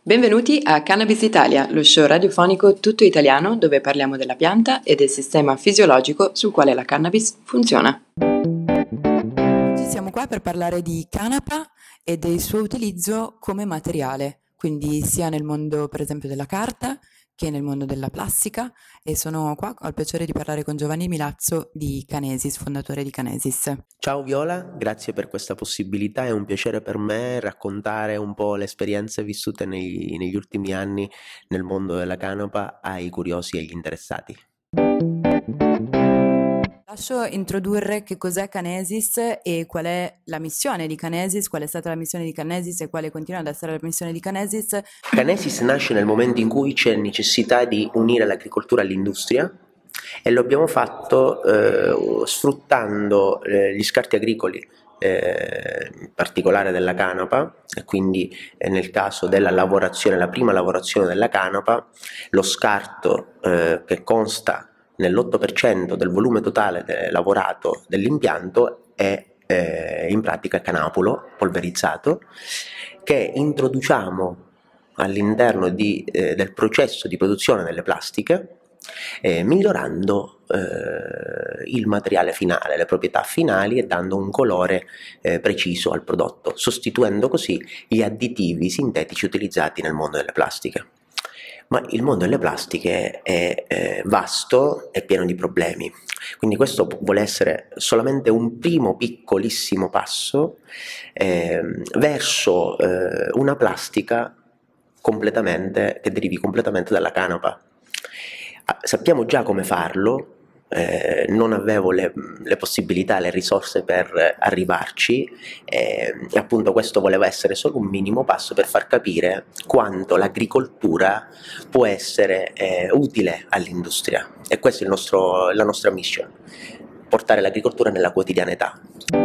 Benvenuti a Cannabis Italia, lo show radiofonico tutto italiano dove parliamo della pianta e del sistema fisiologico sul quale la cannabis funziona. Oggi siamo qua per parlare di canapa e del suo utilizzo come materiale, quindi sia nel mondo per esempio della carta che nel mondo della plastica, e sono qua, ho il piacere di parlare con Giovanni Milazzo di Canesis, fondatore di Canesis. Ciao Viola, grazie per questa possibilità, è un piacere per me raccontare un po' le esperienze vissute negli ultimi anni nel mondo della canapa ai curiosi e agli interessati. Lascio introdurre che cos'è Canesis e qual è la missione di Canesis, qual è stata la missione di Canesis e quale continua ad essere la missione di Canesis. Canesis nasce nel momento in cui c'è necessità di unire l'agricoltura all'industria e lo abbiamo fatto sfruttando gli scarti agricoli, in particolare della canapa, e quindi nel caso della lavorazione, la prima lavorazione della canapa, lo scarto che consta nell'8% del volume totale lavorato dell'impianto è in pratica canapulo polverizzato che introduciamo all'interno del processo di produzione delle plastiche, migliorando il materiale finale, le proprietà finali e dando un colore preciso al prodotto, sostituendo così gli additivi sintetici utilizzati nel mondo delle plastiche. Ma il mondo delle plastiche è vasto e pieno di problemi, quindi questo vuole essere solamente un primo piccolissimo passo verso una plastica che derivi completamente dalla canapa. Sappiamo già come farlo, non avevo le possibilità, le risorse per arrivarci, e appunto questo voleva essere solo un minimo passo per far capire quanto l'agricoltura può essere utile all'industria, e questa è la nostra mission, portare l'agricoltura nella quotidianità.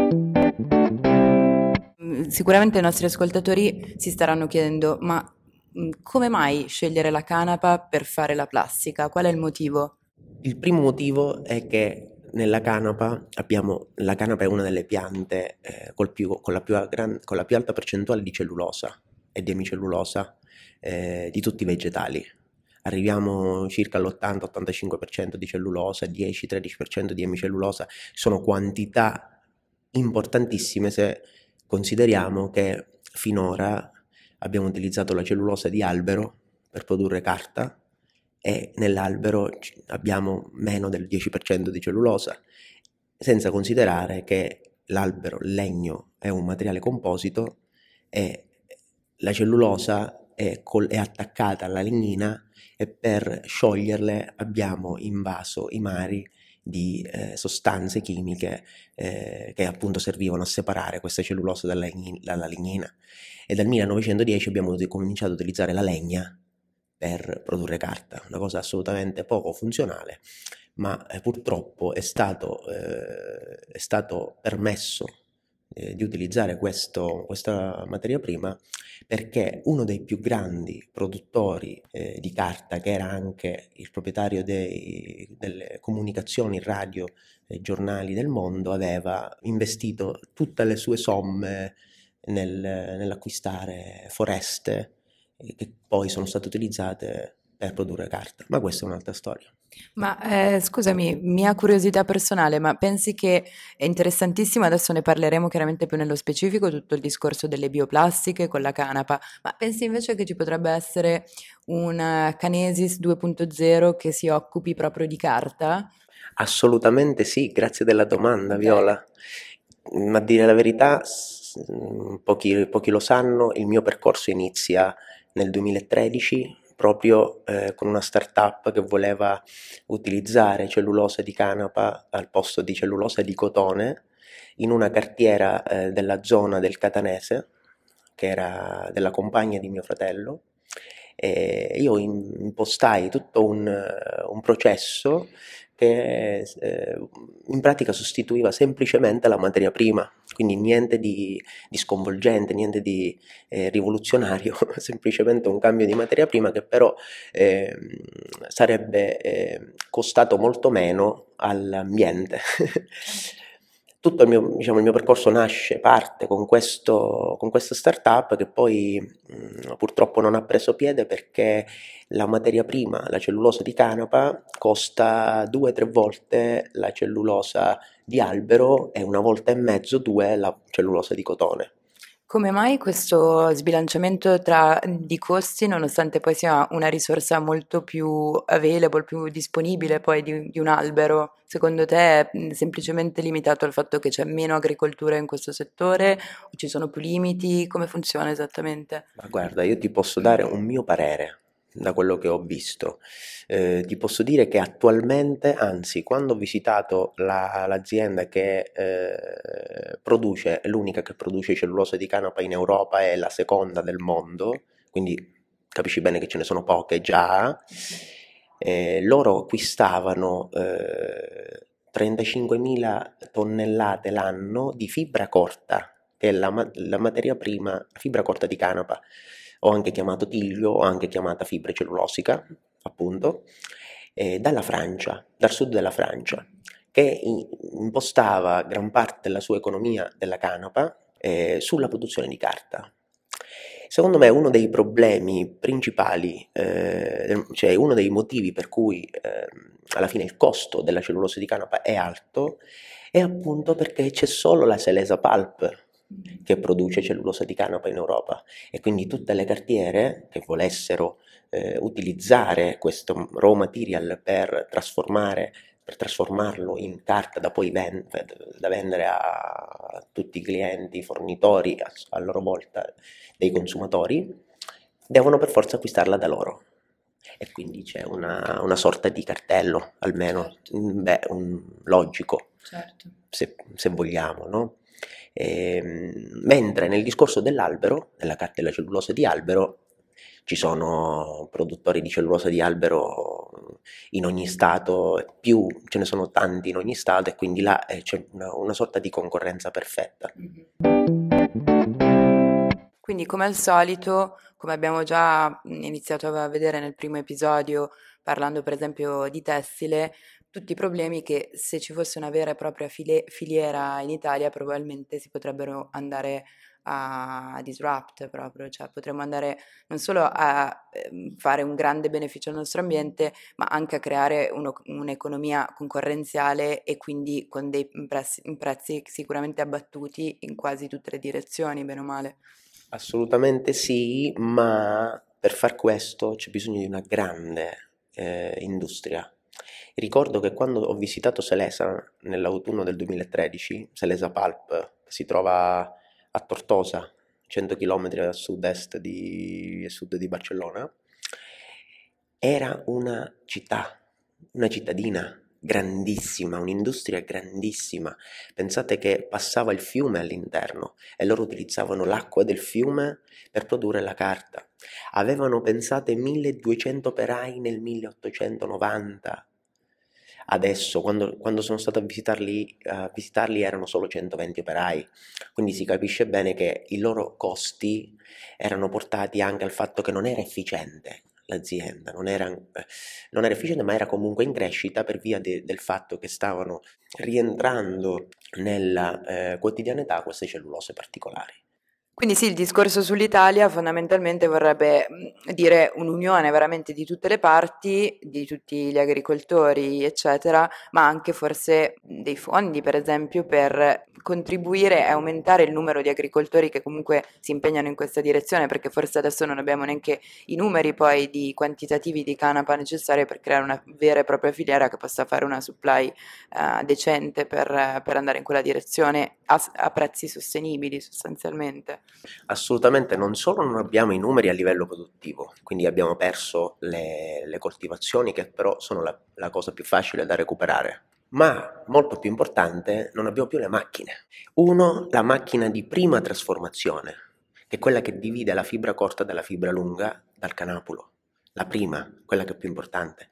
Sicuramente i nostri ascoltatori si staranno chiedendo, ma come mai scegliere la canapa per fare la plastica? Qual è il motivo? Il primo motivo è che la canapa è una delle piante con la più alta percentuale di cellulosa e di emicellulosa di tutti i vegetali. Arriviamo circa all'80-85% di cellulosa, 10-13% di emicellulosa, sono quantità importantissime se consideriamo che finora abbiamo utilizzato la cellulosa di albero per produrre carta e nell'albero abbiamo meno del 10% di cellulosa, senza considerare che l'albero, il legno, è un materiale composito e la cellulosa è attaccata alla lignina, e per scioglierle abbiamo invaso i mari di sostanze chimiche che appunto servivano a separare questa cellulosa dalla lignina, e dal 1910 abbiamo cominciato ad utilizzare la legna per produrre carta, una cosa assolutamente poco funzionale, ma purtroppo è stato permesso di utilizzare questa materia prima perché uno dei più grandi produttori di carta, che era anche il proprietario delle comunicazioni radio e giornali del mondo, aveva investito tutte le sue somme nell'acquistare foreste che poi sono state utilizzate per produrre carta, ma questa è un'altra storia. Ma scusami, mia curiosità personale, ma pensi che è interessantissimo, adesso ne parleremo chiaramente più nello specifico, tutto il discorso delle bioplastiche con la canapa, ma pensi invece che ci potrebbe essere una Canesis 2.0 che si occupi proprio di carta? Assolutamente sì, grazie della domanda, Viola. Ma a dire la verità, pochi lo sanno, il mio percorso inizia nel 2013 proprio con una startup che voleva utilizzare cellulosa di canapa al posto di cellulosa di cotone in una cartiera della zona del Catanese, che era della compagna di mio fratello. E io impostai tutto un processo che in pratica sostituiva semplicemente la materia prima, quindi niente di sconvolgente, niente di rivoluzionario, semplicemente un cambio di materia prima che però sarebbe costato molto meno all'ambiente. tutto il mio percorso parte con questa startup che poi purtroppo non ha preso piede perché la materia prima, la cellulosa di canapa, costa 2-3 volte la cellulosa di albero e 1,5 volte, 2, la cellulosa di cotone. Come mai questo sbilanciamento di costi, nonostante poi sia una risorsa molto più available, più disponibile poi di un albero, secondo te è semplicemente limitato al fatto che c'è meno agricoltura in questo settore o ci sono più limiti? Come funziona esattamente? Ma guarda, io ti posso dare un mio parere da quello che ho visto. Ti posso dire che attualmente, anzi, quando ho visitato l'azienda che produce, è l'unica che produce cellulosa di canapa in Europa, è la seconda del mondo, quindi capisci bene che ce ne sono poche già. Loro acquistavano 35.000 tonnellate l'anno di fibra corta, che è la materia prima, la fibra corta di canapa, ho anche chiamato tiglio, ho anche chiamata fibra cellulosica, appunto, dalla Francia, dal sud della Francia, che impostava gran parte della sua economia della canapa sulla produzione di carta. Secondo me uno dei problemi principali, cioè uno dei motivi per cui alla fine il costo della cellulosa di canapa è alto, è appunto perché c'è solo la Celesa Pulp che produce cellulosa di canapa in Europa e quindi tutte le cartiere che volessero utilizzare questo raw material per trasformarlo in carta da poi da vendere a tutti i clienti, i fornitori, a loro volta dei consumatori, devono per forza acquistarla da loro. E quindi c'è una sorta di cartello, almeno, Certo. logico, Certo. se vogliamo, no? Mentre nel discorso dell'albero, della carta della cellulosa di albero, ci sono produttori di cellulosa di albero in ogni stato, ce ne sono tanti in ogni stato e quindi là c'è una sorta di concorrenza perfetta. Quindi come al solito, come abbiamo già iniziato a vedere nel primo episodio, parlando per esempio di tessile, tutti i problemi che se ci fosse una vera e propria filiera in Italia probabilmente si potrebbero andare a disrupt proprio, cioè potremmo andare non solo a fare un grande beneficio al nostro ambiente, ma anche a creare un'economia concorrenziale e quindi con dei prezzi sicuramente abbattuti in quasi tutte le direzioni, bene o male. Assolutamente sì, ma per far questo c'è bisogno di una grande industria. Ricordo che quando ho visitato Selesa nell'autunno del 2013, Selesa Pulp, che si trova a Tortosa, 100 km a sud-est e sud di Barcellona, era una cittadina grandissima, un'industria grandissima. Pensate che passava il fiume all'interno e loro utilizzavano l'acqua del fiume per produrre la carta. Avevano, pensate, 1200 operai nel 1890. Adesso, quando sono stato a visitarli erano solo 120 operai, quindi si capisce bene che i loro costi erano portati anche al fatto che non era efficiente l'azienda, non era efficiente, ma era comunque in crescita per via del fatto che stavano rientrando nella quotidianità queste cellulose particolari. Quindi sì, il discorso sull'Italia fondamentalmente vorrebbe dire un'unione veramente di tutte le parti, di tutti gli agricoltori, eccetera, ma anche forse dei fondi, per esempio, per contribuire e aumentare il numero di agricoltori che comunque si impegnano in questa direzione, perché forse adesso non abbiamo neanche i numeri poi di quantitativi di canapa necessari per creare una vera e propria filiera che possa fare una supply decente per andare in quella direzione a prezzi sostenibili sostanzialmente. Assolutamente, non solo non abbiamo i numeri a livello produttivo, quindi abbiamo perso le coltivazioni che però sono la cosa più facile da recuperare, ma molto più importante, non abbiamo più le macchine. Uno, la macchina di prima trasformazione, che è quella che divide la fibra corta dalla fibra lunga dal canapulo. La prima, quella che è più importante.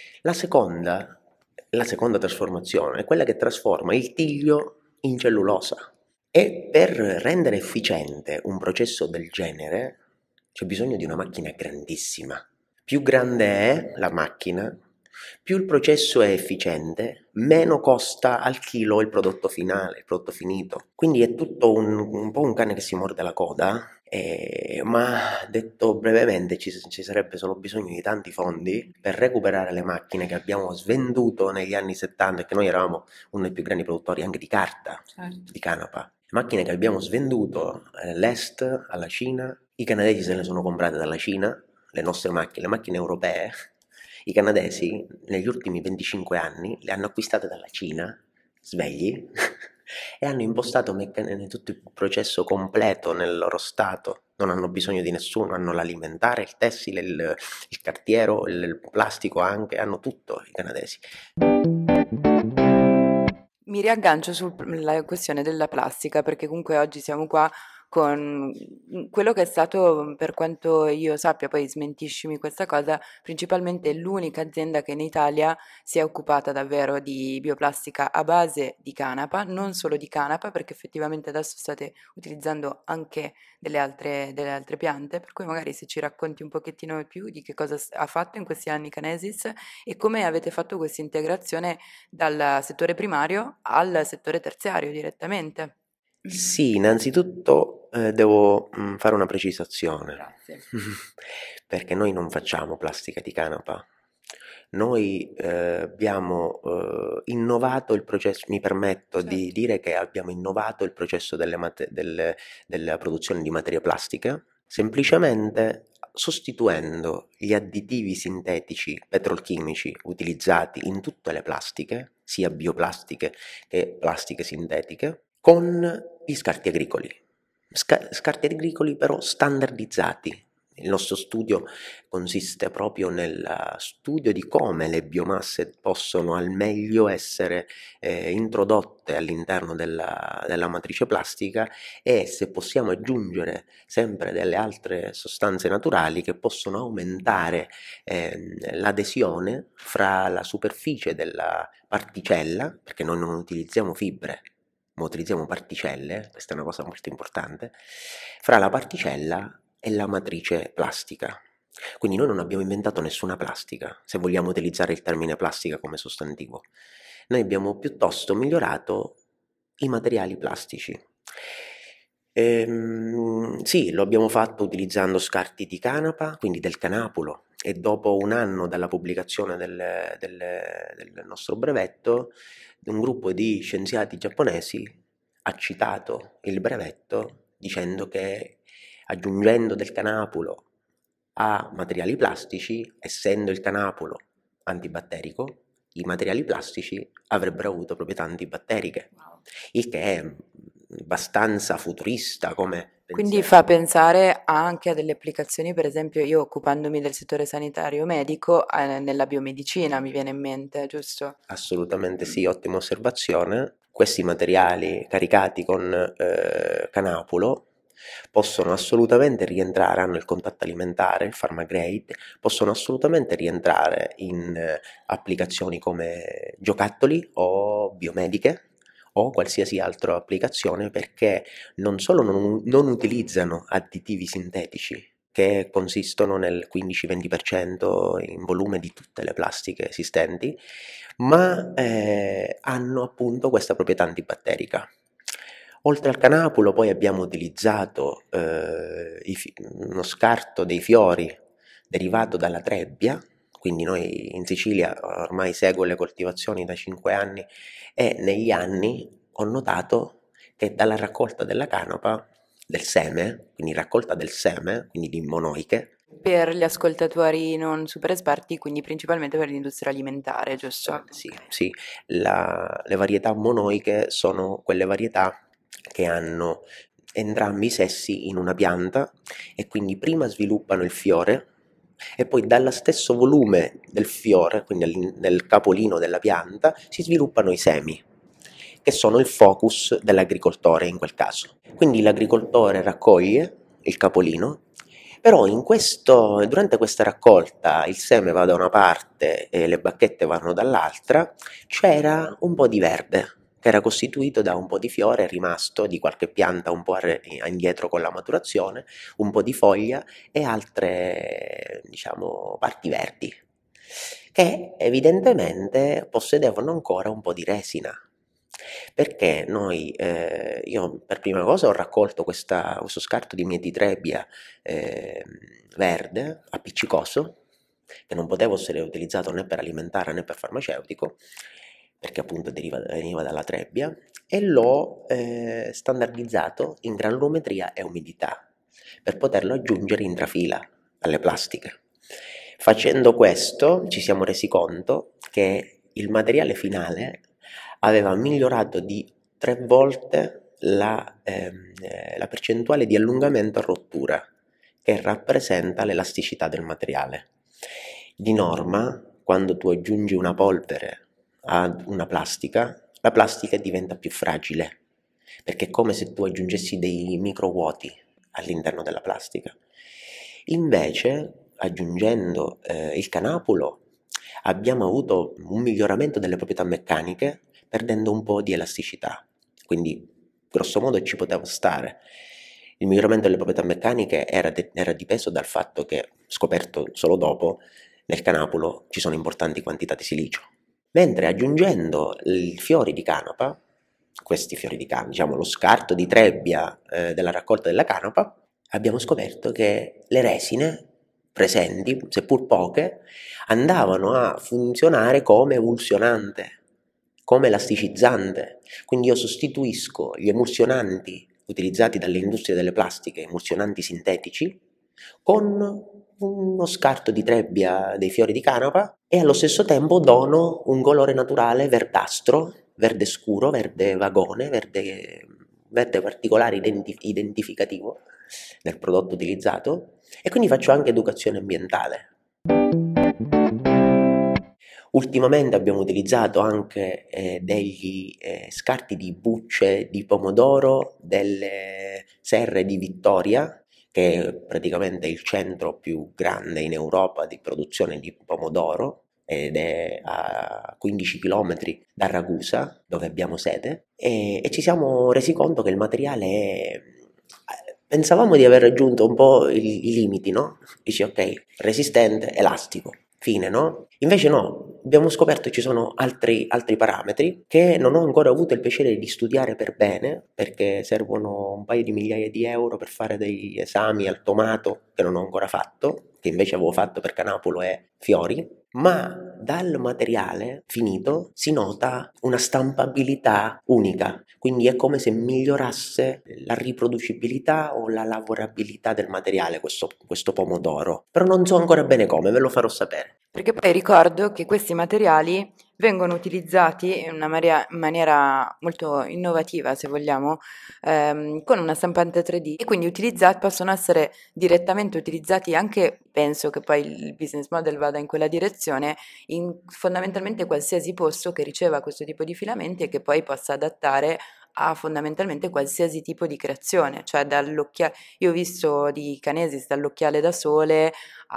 La seconda trasformazione è quella che trasforma il tiglio in cellulosa. E per rendere efficiente un processo del genere c'è bisogno di una macchina grandissima. Più grande è la macchina, Più il processo è efficiente, meno costa al chilo il prodotto finale, il prodotto finito. Quindi è tutto un po' un cane che si morde la coda, ma detto brevemente ci sarebbe solo bisogno di tanti fondi per recuperare le macchine che abbiamo svenduto negli anni 70, e che noi eravamo uno dei più grandi produttori anche di carta, di canapa. Macchine che abbiamo svenduto all'est, alla Cina, i canadesi se le sono comprate dalla Cina, le nostre macchine, le macchine europee. I canadesi negli ultimi 25 anni le hanno acquistate dalla Cina, svegli, e hanno impostato tutto il processo completo nel loro stato. Non hanno bisogno di nessuno, hanno l'alimentare, il tessile, il cartiero, il plastico anche, hanno tutto i canadesi. Mi riaggancio sulla questione della plastica, perché comunque oggi siamo qua con quello che è stato, per quanto io sappia, poi smentiscimi questa cosa, principalmente l'unica azienda che in Italia si è occupata davvero di bioplastica a base di canapa, non solo di canapa, perché effettivamente adesso state utilizzando anche delle altre piante, per cui magari se ci racconti un pochettino più di che cosa ha fatto in questi anni Canesis e come avete fatto questa integrazione dal settore primario al settore terziario direttamente. Sì, innanzitutto devo fare una precisazione, Grazie. perché noi non facciamo plastica di canapa. Noi abbiamo innovato il processo, mi permetto di Certo. dire che abbiamo innovato il processo della produzione di materie plastiche, semplicemente sostituendo gli additivi sintetici petrolchimici utilizzati in tutte le plastiche, sia bioplastiche che plastiche sintetiche, con gli scarti agricoli. Scarti agricoli però standardizzati. Il nostro studio consiste proprio nel studio di come le biomasse possono al meglio essere introdotte all'interno della matrice plastica, e se possiamo aggiungere sempre delle altre sostanze naturali che possono aumentare l'adesione fra la superficie della particella, perché noi non utilizziamo fibre, ma utilizziamo particelle, questa è una cosa molto importante, fra la particella e la matrice plastica. Quindi noi non abbiamo inventato nessuna plastica, se vogliamo utilizzare il termine plastica come sostantivo. Noi abbiamo piuttosto migliorato i materiali plastici. Sì, lo abbiamo fatto utilizzando scarti di canapa, quindi del canapulo, e dopo un anno dalla pubblicazione del nostro brevetto, un gruppo di scienziati giapponesi ha citato il brevetto dicendo che aggiungendo del canapulo a materiali plastici, essendo il canapulo antibatterico, i materiali plastici avrebbero avuto proprietà antibatteriche, il che è abbastanza futurista come Quindi pensiero. fa pensare anche a delle applicazioni, per esempio io occupandomi del settore sanitario medico, nella biomedicina mi viene in mente, giusto? Assolutamente sì, ottima osservazione. Questi materiali caricati con canapulo possono assolutamente rientrare, hanno il contatto alimentare, il pharmagrade, possono assolutamente rientrare in applicazioni come giocattoli o biomediche o qualsiasi altra applicazione, perché non solo non utilizzano additivi sintetici che consistono nel 15-20% in volume di tutte le plastiche esistenti, ma hanno appunto questa proprietà antibatterica. Oltre al canapulo poi abbiamo utilizzato uno scarto dei fiori derivato dalla trebbia, quindi noi in Sicilia ormai seguo le coltivazioni da 5 anni, e negli anni ho notato che dalla raccolta della canapa, del seme, quindi raccolta del seme, quindi di monoiche. Per gli ascoltatori non super esperti, quindi principalmente per l'industria alimentare, giusto? Sì, sì, le varietà monoiche sono quelle varietà che hanno entrambi i sessi in una pianta, e quindi prima sviluppano il fiore e poi dallo stesso volume del fiore, quindi nel capolino della pianta, si sviluppano i semi, che sono il focus dell'agricoltore in quel caso. Quindi l'agricoltore raccoglie il capolino, però durante questa raccolta il seme va da una parte e le bacchette vanno dall'altra, c'era un po' di verde che era costituito da un po' di fiore rimasto di qualche pianta un po' indietro con la maturazione, un po' di foglia e altre, diciamo, parti verdi. che evidentemente possedevano ancora un po' di resina. Perché io per prima cosa ho raccolto questo scarto di mietitrebbia verde, appiccicoso, che non poteva essere utilizzato né per alimentare né per farmaceutico, perché appunto veniva dalla trebbia, e l'ho standardizzato in granulometria e umidità, per poterlo aggiungere in trafila alle plastiche. Facendo questo ci siamo resi conto che il materiale finale aveva migliorato di 3 volte la percentuale di allungamento a rottura che rappresenta l'elasticità del materiale. Di norma, quando tu aggiungi una polvere a una plastica, la plastica diventa più fragile, perché è come se tu aggiungessi dei microvuoti all'interno della plastica. Invece, aggiungendo il canapulo, abbiamo avuto un miglioramento delle proprietà meccaniche, perdendo un po' di elasticità. Quindi, grosso modo, ci poteva stare. Il miglioramento delle proprietà meccaniche era dipeso dal fatto che, scoperto solo dopo, nel canapulo ci sono importanti quantità di silicio. Mentre aggiungendo i fiori di canapa, questi fiori di canapa, diciamo lo scarto di trebbia della raccolta della canapa, abbiamo scoperto che le resine presenti, seppur poche, andavano a funzionare come emulsionante, come elasticizzante. Quindi io sostituisco gli emulsionanti utilizzati dalle industrie delle plastiche, emulsionanti sintetici, con uno scarto di trebbia dei fiori di canapa e allo stesso tempo dono un colore naturale verdastro, verde scuro, verde vagone, verde particolare identificativo del prodotto utilizzato, e quindi faccio anche educazione ambientale. Ultimamente abbiamo utilizzato anche degli scarti di bucce di pomodoro delle serre di Vittoria, che è praticamente il centro più grande in Europa di produzione di pomodoro, ed è a 15 km da Ragusa, dove abbiamo sede, e ci siamo resi conto che il materiale pensavamo di aver raggiunto un po' i limiti, no? Dici ok, resistente, elastico, fine, no? Invece no, abbiamo scoperto che ci sono altri parametri che non ho ancora avuto il piacere di studiare per bene, perché servono un paio di migliaia di euro per fare degli esami al tomato che non ho ancora fatto, che invece avevo fatto per canapulo e fiori, ma dal materiale finito si nota una stampabilità unica, quindi è come se migliorasse la riproducibilità o la lavorabilità del materiale questo pomodoro, però non so ancora bene come, ve lo farò sapere. Perché poi ricordo che questi materiali vengono utilizzati in una maniera molto innovativa, se vogliamo, con una stampante 3D, e quindi possono essere direttamente utilizzati anche, penso che poi il business model vada in quella direzione, in fondamentalmente qualsiasi posto che riceva questo tipo di filamenti e che poi possa adattare a fondamentalmente qualsiasi tipo di creazione, cioè io ho visto di Canesis dall'occhiale da sole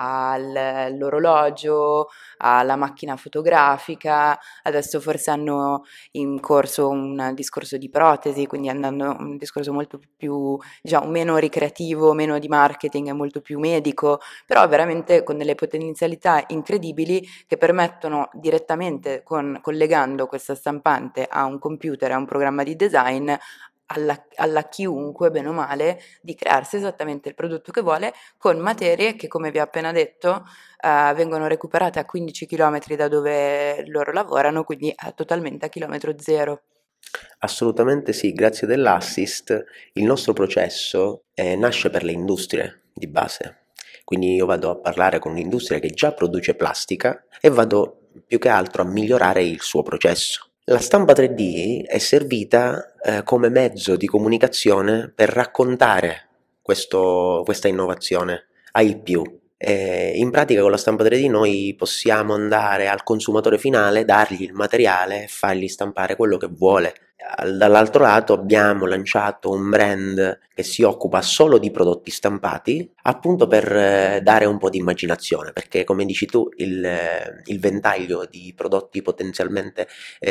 all'orologio, alla macchina fotografica, adesso forse hanno in corso un discorso di protesi, quindi andando un discorso molto più, diciamo, meno ricreativo, meno di marketing e molto più medico, però veramente con delle potenzialità incredibili che permettono direttamente, collegando questa stampante a un computer, a un programma di design, alla chiunque, bene o male, di crearsi esattamente il prodotto che vuole con materie che, come vi ho appena detto, vengono recuperate a 15 km da dove loro lavorano, quindi totalmente a chilometro zero. Assolutamente sì, grazie dell'assist il nostro processo nasce per le industrie di base, quindi io vado a parlare con un'industria che già produce plastica e vado più che altro a migliorare il suo processo. La stampa 3D è servita come mezzo di comunicazione per raccontare questa innovazione ai più. In pratica con la stampa 3D noi possiamo andare al consumatore finale, dargli il materiale e fargli stampare quello che vuole. Dall'altro lato abbiamo lanciato un brand che si occupa solo di prodotti stampati, appunto per dare un po' di immaginazione, perché come dici tu il ventaglio di prodotti potenzialmente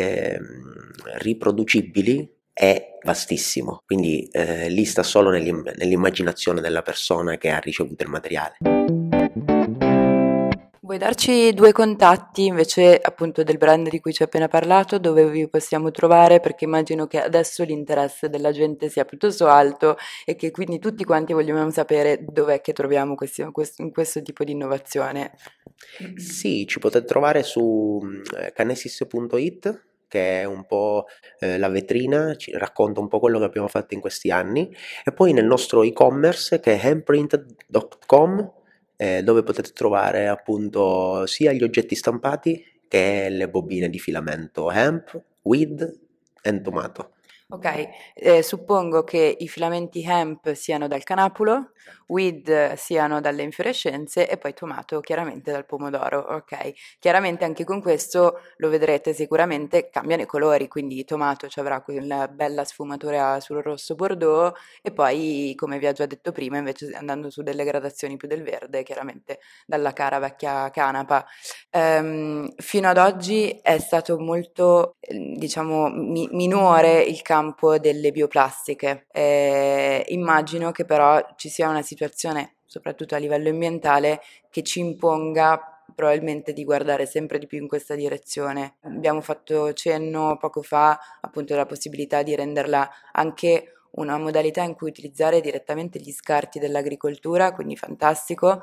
riproducibili è vastissimo, quindi lì sta solo nell'immaginazione della persona che ha ricevuto il materiale. Vuoi darci due contatti invece appunto del brand di cui ci hai appena parlato, dove vi possiamo trovare? Perché immagino che adesso l'interesse della gente sia piuttosto alto e che quindi tutti quanti vogliamo sapere dov'è che troviamo questo tipo di innovazione. Sì, ci potete trovare su canesis.it, che è un po' la vetrina, ci racconta un po' quello che abbiamo fatto in questi anni, e poi nel nostro e-commerce che è handprint.com, dove potete trovare appunto sia gli oggetti stampati che le bobine di filamento hemp, weed e tomato. Ok, suppongo che i filamenti hemp siano dal canapulo, weed siano dalle infiorescenze e poi tomato chiaramente dal pomodoro. Ok, chiaramente anche con questo lo vedrete sicuramente cambiano i colori, quindi il tomato ci avrà quella bella sfumatura sul rosso bordeaux e poi, come vi ho già detto prima, invece andando su delle gradazioni più del verde, chiaramente dalla cara vecchia canapa. Fino ad oggi è stato molto, diciamo, minore il campo delle bioplastiche. Immagino che però ci sia una situazione, soprattutto a livello ambientale, che ci imponga probabilmente di guardare sempre di più in questa direzione. Abbiamo fatto cenno poco fa appunto della possibilità di renderla anche una modalità in cui utilizzare direttamente gli scarti dell'agricoltura, quindi fantastico,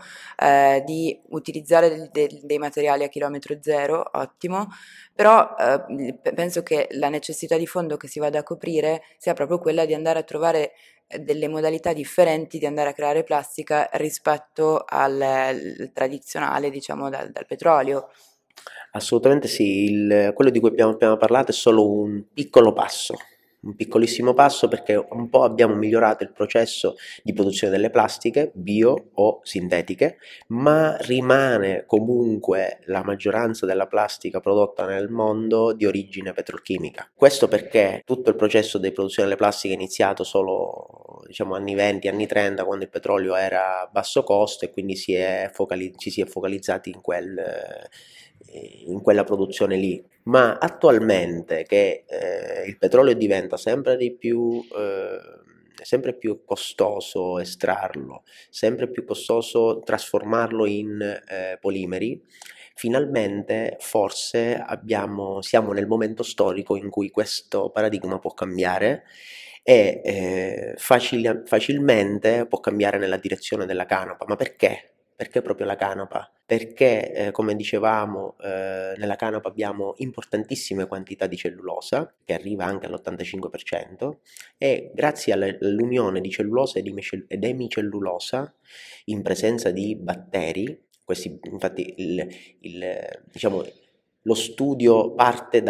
di utilizzare dei materiali a chilometro zero, ottimo, però penso che la necessità di fondo che si vada a coprire sia proprio quella di andare a trovare delle modalità differenti di andare a creare plastica rispetto al tradizionale, diciamo, dal petrolio. Assolutamente sì, quello di cui abbiamo appena parlato è solo un piccolo passo, un piccolissimo passo perché un po' abbiamo migliorato il processo di produzione delle plastiche, bio o sintetiche, ma rimane comunque la maggioranza della plastica prodotta nel mondo di origine petrolchimica. Questo perché tutto il processo di produzione delle plastiche è iniziato solo, diciamo, anni 20, anni 30, quando il petrolio era a basso costo e quindi ci si è focalizzati in quella produzione lì. Ma attualmente che il petrolio diventa sempre più costoso estrarlo, sempre più costoso trasformarlo in polimeri, finalmente forse siamo nel momento storico in cui questo paradigma può cambiare e facilmente può cambiare nella direzione della canapa. Ma perché? Perché proprio la canapa? Perché, come dicevamo, nella canapa abbiamo importantissime quantità di cellulosa, che arriva anche all'85%, e grazie all'unione di cellulosa ed emicellulosa, in presenza di batteri, questi infatti diciamo, lo studio parte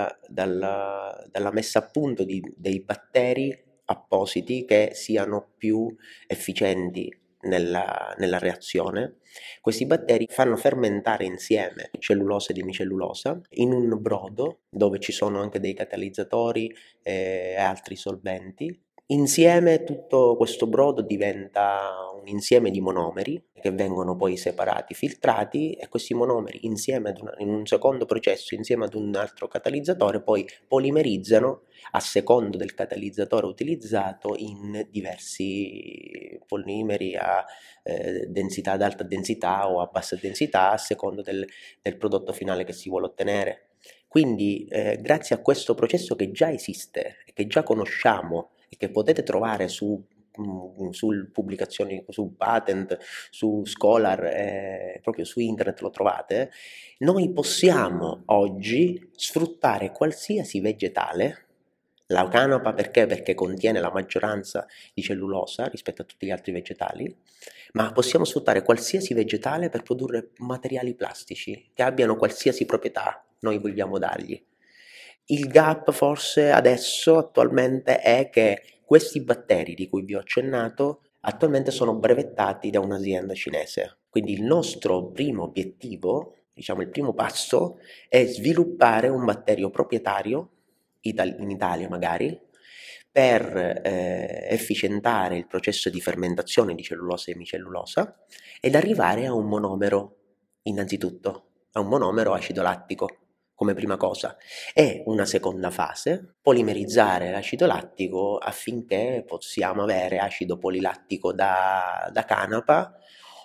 dalla messa a punto dei batteri appositi che siano più efficienti nella reazione. Questi batteri fanno fermentare insieme cellulosa ed emicellulosa in un brodo dove ci sono anche dei catalizzatori e altri solventi. Insieme tutto questo brodo diventa un insieme di monomeri che vengono poi separati, filtrati, e questi monomeri insieme in un secondo processo, insieme ad un altro catalizzatore, poi polimerizzano a secondo del catalizzatore utilizzato in diversi polimeri a densità ad alta densità o a bassa densità a secondo del prodotto finale che si vuole ottenere. Quindi grazie a questo processo che già esiste e che già conosciamo e che potete trovare su pubblicazioni, su patent, su Scholar, proprio su internet lo trovate, noi possiamo oggi sfruttare qualsiasi vegetale. La canapa perché? Perché contiene la maggioranza di cellulosa rispetto a tutti gli altri vegetali, ma possiamo sfruttare qualsiasi vegetale per produrre materiali plastici che abbiano qualsiasi proprietà noi vogliamo dargli. Il gap forse adesso, attualmente, è che questi batteri di cui vi ho accennato attualmente sono brevettati da un'azienda cinese. Quindi il nostro primo obiettivo, diciamo il primo passo, è sviluppare un batterio proprietario, in Italia magari, per efficientare il processo di fermentazione di cellulosa e emicellulosa ed arrivare a un monomero, innanzitutto, a un monomero acido lattico come prima cosa, e una seconda fase, polimerizzare l'acido lattico affinché possiamo avere acido polilattico da canapa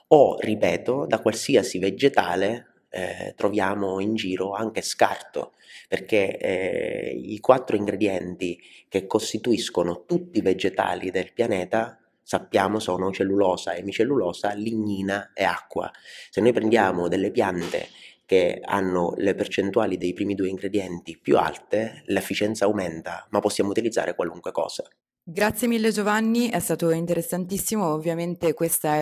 o, ripeto, da qualsiasi vegetale troviamo in giro anche scarto, perché i 4 ingredienti che costituiscono tutti i vegetali del pianeta sappiamo sono cellulosa, emicellulosa, lignina e acqua. Se noi prendiamo delle piante che hanno le percentuali dei primi 2 ingredienti più alte, l'efficienza aumenta, ma possiamo utilizzare qualunque cosa. Grazie mille Giovanni, è stato interessantissimo. Ovviamente questa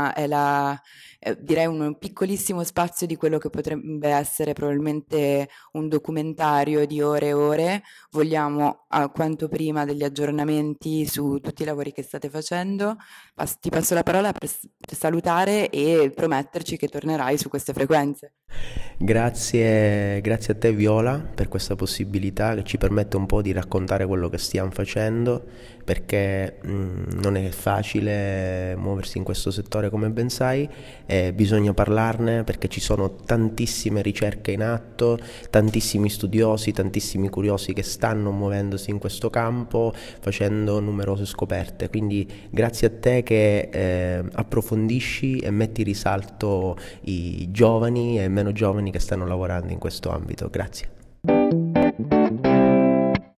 direi un piccolissimo spazio di quello che potrebbe essere probabilmente un documentario di ore e ore. Vogliamo quanto prima degli aggiornamenti su tutti i lavori che state facendo. Ti passo la parola per salutare e prometterci che tornerai su queste frequenze. Grazie a te Viola per questa possibilità che ci permette un po' di raccontare quello che stiamo facendo, perché non è facile muoversi in questo settore come ben sai, e bisogna parlarne perché ci sono tantissime ricerche in atto, tantissimi studiosi, tantissimi curiosi che stanno muovendosi in questo campo, facendo numerose scoperte. Quindi grazie a te che approfondisci e metti in risalto i giovani e meno giovani che stanno lavorando in questo ambito. Grazie.